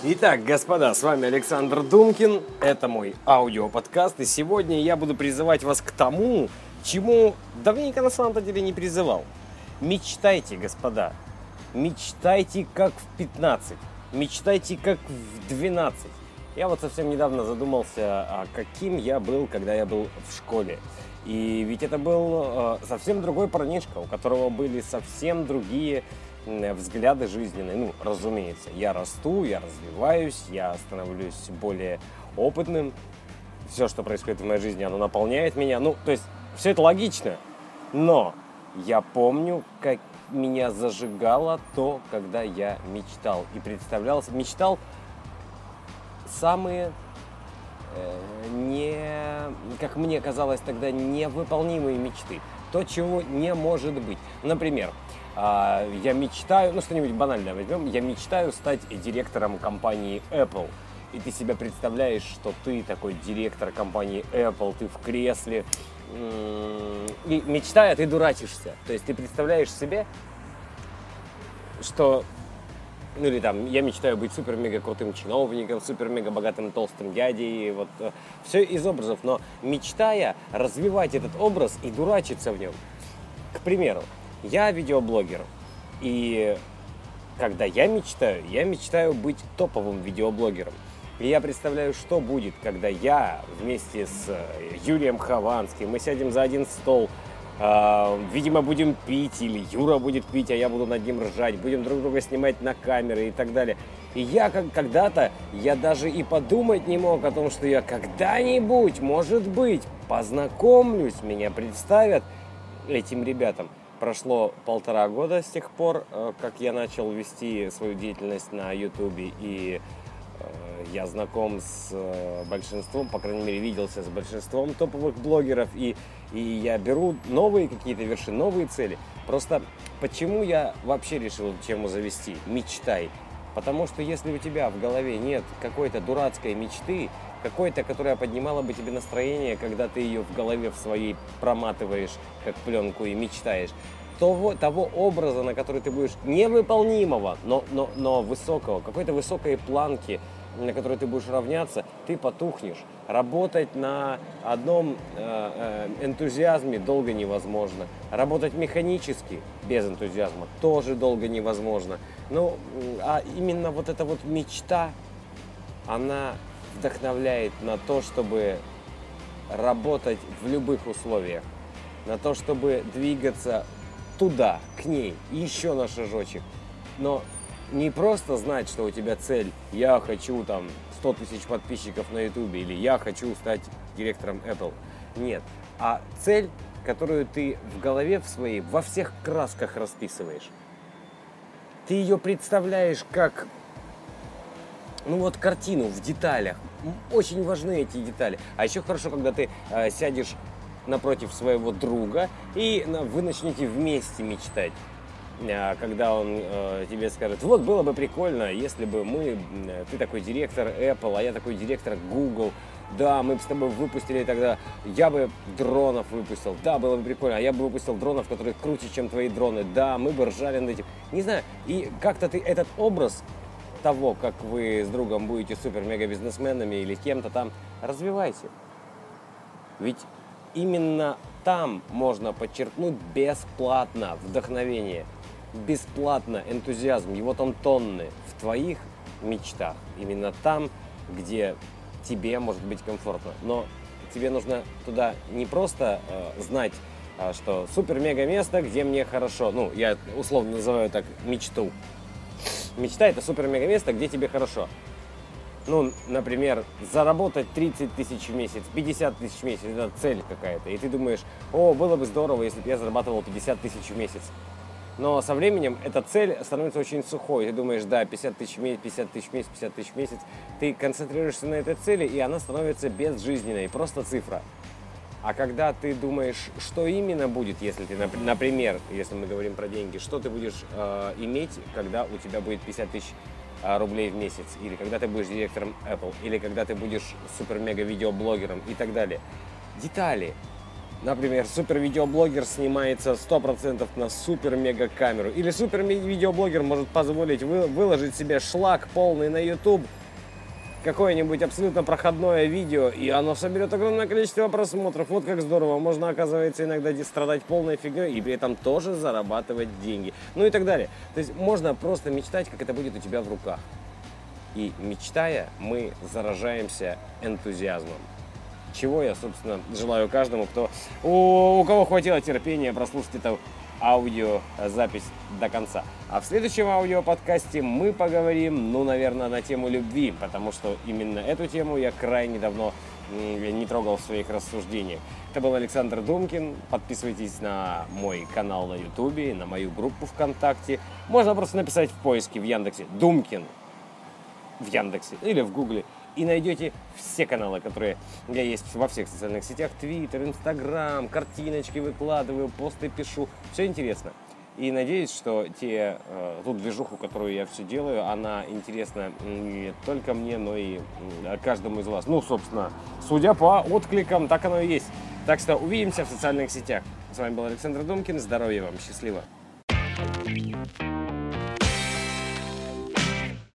Итак, господа, с вами Александр Думкин, это мой аудиоподкаст, и сегодня я буду призывать вас к тому, чему давненько на самом-то деле не призывал. Мечтайте, господа, мечтайте как в 15, мечтайте как в 12. Я вот совсем недавно задумался, каким я был, когда я был в школе. И ведь это был совсем другой парнишка, у которого были совсем другие взгляды жизненные. Ну, разумеется, я расту, я развиваюсь, я становлюсь более опытным. Все, что происходит в моей жизни, оно наполняет меня. Ну, то есть, все это логично. Но я помню, как меня зажигало то, когда я мечтал. И мечтал самые, как мне казалось тогда, невыполнимые мечты. То, чего не может быть. Например, я мечтаю, что-нибудь банальное возьмем, я мечтаю стать директором компании Apple. И ты себя представляешь, что ты такой директор компании Apple, ты в кресле. И мечтая, ты дурачишься. То есть ты представляешь себе, что... или там, я мечтаю быть супер-мега крутым чиновником, супер-мега богатым толстым дядей, вот все из образов, но мечтая развивать этот образ и дурачиться в нем. К примеру, я видеоблогер, и когда я мечтаю быть топовым видеоблогером. И я представляю, что будет, когда я вместе с Юрием Хованским, мы сядем за один стол, видимо, будем пить, или Юра будет пить, а я буду над ним ржать, будем друг друга снимать на камеры и так далее. И я когда-то, я даже и подумать не мог о том, что я когда-нибудь, может быть, познакомлюсь, меня представят этим ребятам. Прошло 1,5 года с тех пор, как я начал вести свою деятельность на Ютубе, и я знаком с большинством, по крайней мере, виделся с большинством топовых блогеров, и я беру новые какие-то вершины, новые цели. Просто почему я вообще решил эту тему завести? Мечтай. Потому что если у тебя в голове нет какой-то дурацкой мечты, какой-то, которая поднимала бы тебе настроение, когда ты ее в голове в своей проматываешь, как пленку, и мечтаешь, того образа, на который ты будешь невыполнимого, но высокого, какой-то высокой планки, на которой ты будешь равняться, ты потухнешь. Работать на одном энтузиазме долго невозможно. Работать механически, без энтузиазма, тоже долго невозможно. Ну, а именно вот эта вот мечта, она вдохновляет на то, чтобы работать в любых условиях, на то, чтобы двигаться туда, к ней, еще на шажочек. Но не просто знать, что у тебя цель, я хочу там 100 тысяч подписчиков на Ютубе, или я хочу стать директором Apple. Нет. А цель, которую ты в голове в своей во всех красках расписываешь. Ты ее представляешь как, картину в деталях. Очень важны эти детали. А еще хорошо, когда ты сядешь напротив своего друга, и вы начнете вместе мечтать. Когда он тебе скажет, вот было бы прикольно, если бы ты такой директор Apple, а я такой директор Google, да, мы бы с тобой выпустили тогда, я бы дронов выпустил, да, было бы прикольно, а я бы выпустил дронов, которые круче, чем твои дроны, да, мы бы ржали над этим. Не знаю, и как-то ты этот образ того, как вы с другом будете супер-мега-бизнесменами или кем-то там, развивайте. Ведь именно там можно подчеркнуть бесплатно вдохновение, бесплатно энтузиазм, его там тонны в твоих мечтах. Именно там, где тебе может быть комфортно. Но тебе нужно туда не просто знать, что супер-мега место, где мне хорошо. Ну, я условно называю так мечту. Мечта — это супер-мега место, где тебе хорошо. Ну, например, заработать 30 тысяч в месяц, 50 тысяч в месяц, это цель какая-то. И ты думаешь, было бы здорово, если бы я зарабатывал 50 тысяч в месяц. Но со временем эта цель становится очень сухой. Ты думаешь, да, 50 тысяч в месяц, 50 тысяч в месяц, 50 тысяч в месяц. Ты концентрируешься на этой цели, и она становится безжизненной, просто цифра. А когда ты думаешь, что именно будет, если ты, например, если мы говорим про деньги, что ты будешь иметь, когда у тебя будет 50 тысяч рублей в месяц, или когда ты будешь директором Apple, или когда ты будешь супер-мега видеоблогером и так далее. Детали. Например, супер-видеоблогер снимается 100% на супер-мега-камеру. Или супер-видеоблогер может позволить выложить себе шлак полный на YouTube, какое-нибудь абсолютно проходное видео, и оно соберет огромное количество просмотров. Вот как здорово. Можно, оказывается, иногда страдать полной фигней и при этом тоже зарабатывать деньги. Ну и так далее. То есть можно просто мечтать, как это будет у тебя в руках. И мечтая, мы заражаемся энтузиазмом. Чего я, собственно, желаю каждому, у кого хватило терпения прослушать эту аудиозапись до конца. А в следующем аудиоподкасте мы поговорим, наверное, на тему любви, потому что именно эту тему я крайне давно не трогал в своих рассуждениях. Это был Александр Думкин. Подписывайтесь на мой канал на Ютубе, на мою группу ВКонтакте. Можно просто написать в поиске в Яндексе «Думкин» в Яндексе или в Гугле. И найдете все каналы, которые у меня есть во всех социальных сетях. Твиттер, Инстаграм, картиночки выкладываю, посты пишу. Все интересно. И надеюсь, что ту движуху, которую я все делаю, она интересна не только мне, но и каждому из вас. Собственно, судя по откликам, так оно и есть. Так что увидимся в социальных сетях. С вами был Александр Думкин. Здоровья вам, счастливо.